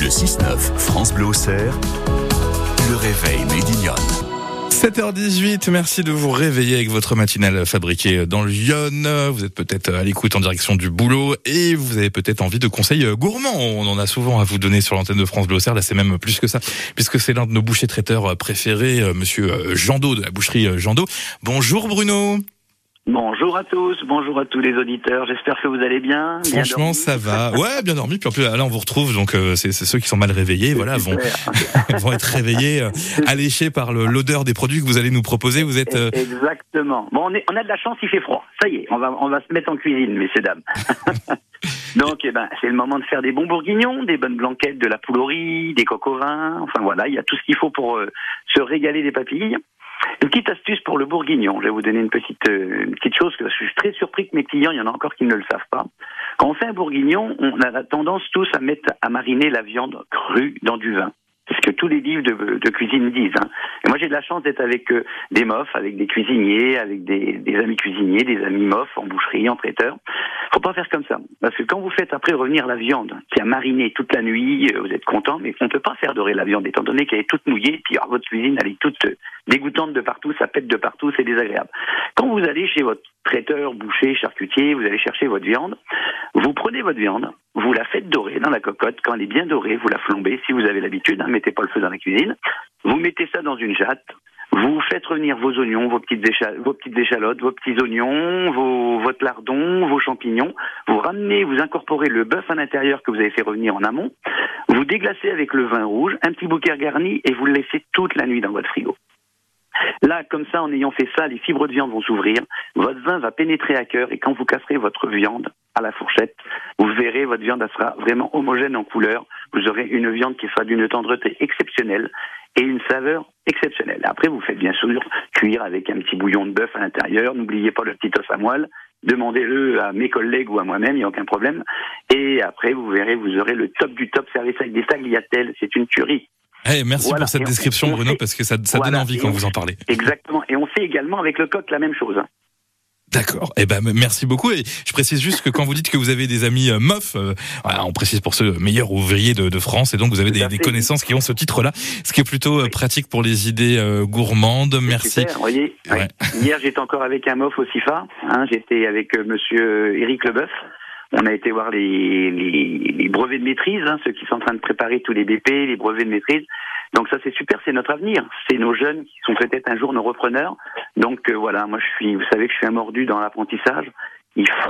Le 6-9, France Bleu Auxerre, le réveil Made in Yonne. 7h18, merci de vous réveiller avec votre matinale fabriquée dans le Yonne. Vous êtes peut-être à l'écoute en direction du boulot et vous avez peut-être envie de conseils gourmands. On en a souvent à vous donner sur l'antenne de France Bleu Auxerre. Là, c'est même plus que ça, puisque c'est l'un de nos bouchers traiteurs préférés, monsieur Jandot de la boucherie Jandot. Bonjour Bruno. Bonjour à tous, bonjour à tous les auditeurs, j'espère que vous allez bien. Franchement, ça va. Ouais, bien dormi. Puis en plus, là, on vous retrouve, donc c'est ceux qui sont mal réveillés, voilà, vont être réveillés, alléchés par l'odeur des produits que vous allez nous proposer. Vous êtes Exactement. Bon, on a de la chance, il fait froid. Ça y est, on va se mettre en cuisine, messieurs dames. Donc, c'est le moment de faire des bons bourguignons, des bonnes blanquettes, de la poule au riz, des coques au vin. Enfin voilà, il y a tout ce qu'il faut pour se régaler des papilles. Une petite astuce pour le bourguignon. Je vais vous donner une petite chose que je suis très surpris que mes clients, il y en a encore qui ne le savent pas. Quand on fait un bourguignon, on a tendance tous à mariner la viande crue dans du vin. C'est ce que tous les livres de cuisine disent. Hein. Et moi, j'ai de la chance d'être avec des mofs, avec des cuisiniers, avec des amis cuisiniers, des amis mofs en boucherie, en traiteur. Faut pas faire comme ça. Parce que quand vous faites après revenir la viande qui a mariné toute la nuit, vous êtes content, mais on ne peut pas faire dorer la viande étant donné qu'elle est toute mouillée, puis votre cuisine, elle est toute dégoûtante de partout, ça pète de partout, c'est désagréable. Quand vous allez chez votre traiteur, boucher, charcutier, vous allez chercher votre viande, vous prenez votre viande, vous la faites dorer dans la cocotte. Quand elle est bien dorée, vous la flambez, si vous avez l'habitude, mettez pas le feu dans la cuisine. Vous mettez ça dans une jatte. Vous faites revenir vos oignons, vos petites échalotes, vos petits oignons, votre lardon, vos champignons. Vous ramenez, vous incorporez le bœuf à l'intérieur que vous avez fait revenir en amont. Vous déglacez avec le vin rouge, un petit bouquet garni et vous le laissez toute la nuit dans votre frigo. Là, comme ça, en ayant fait ça, les fibres de viande vont s'ouvrir, votre vin va pénétrer à cœur et quand vous casserez votre viande à la fourchette, vous verrez, votre viande elle sera vraiment homogène en couleur. Vous aurez une viande qui sera d'une tendreté exceptionnelle et une saveur exceptionnelle. Après, vous faites bien sûr cuire avec un petit bouillon de bœuf à l'intérieur. N'oubliez pas le petit os à moelle. Demandez-le à mes collègues ou à moi-même, il n'y a aucun problème. Et après, vous verrez, vous aurez le top du top servi avec des tagliatelles. C'est une tuerie. Merci pour cette description, Bruno, parce que ça donne envie quand vous en parlez. Exactement. Et on fait également avec le coq la même chose. D'accord. Merci beaucoup. Et je précise juste que quand vous dites que vous avez des amis MOF, on précise pour ceux meilleurs ouvriers de France, et donc vous avez des connaissances qui ont ce titre-là, ce qui est plutôt pratique pour les idées gourmandes. Merci. Super, vous voyez. Ouais. Hier, j'étais encore avec un MOF au CIFA. J'étais avec monsieur Éric Leboeuf. On a été voir les brevets de maîtrise, ceux qui sont en train de préparer tous les BP, les brevets de maîtrise. Donc ça, c'est super, c'est notre avenir. C'est nos jeunes qui sont peut-être un jour nos repreneurs. Donc voilà, moi vous savez que je suis un mordu dans l'apprentissage. Il faut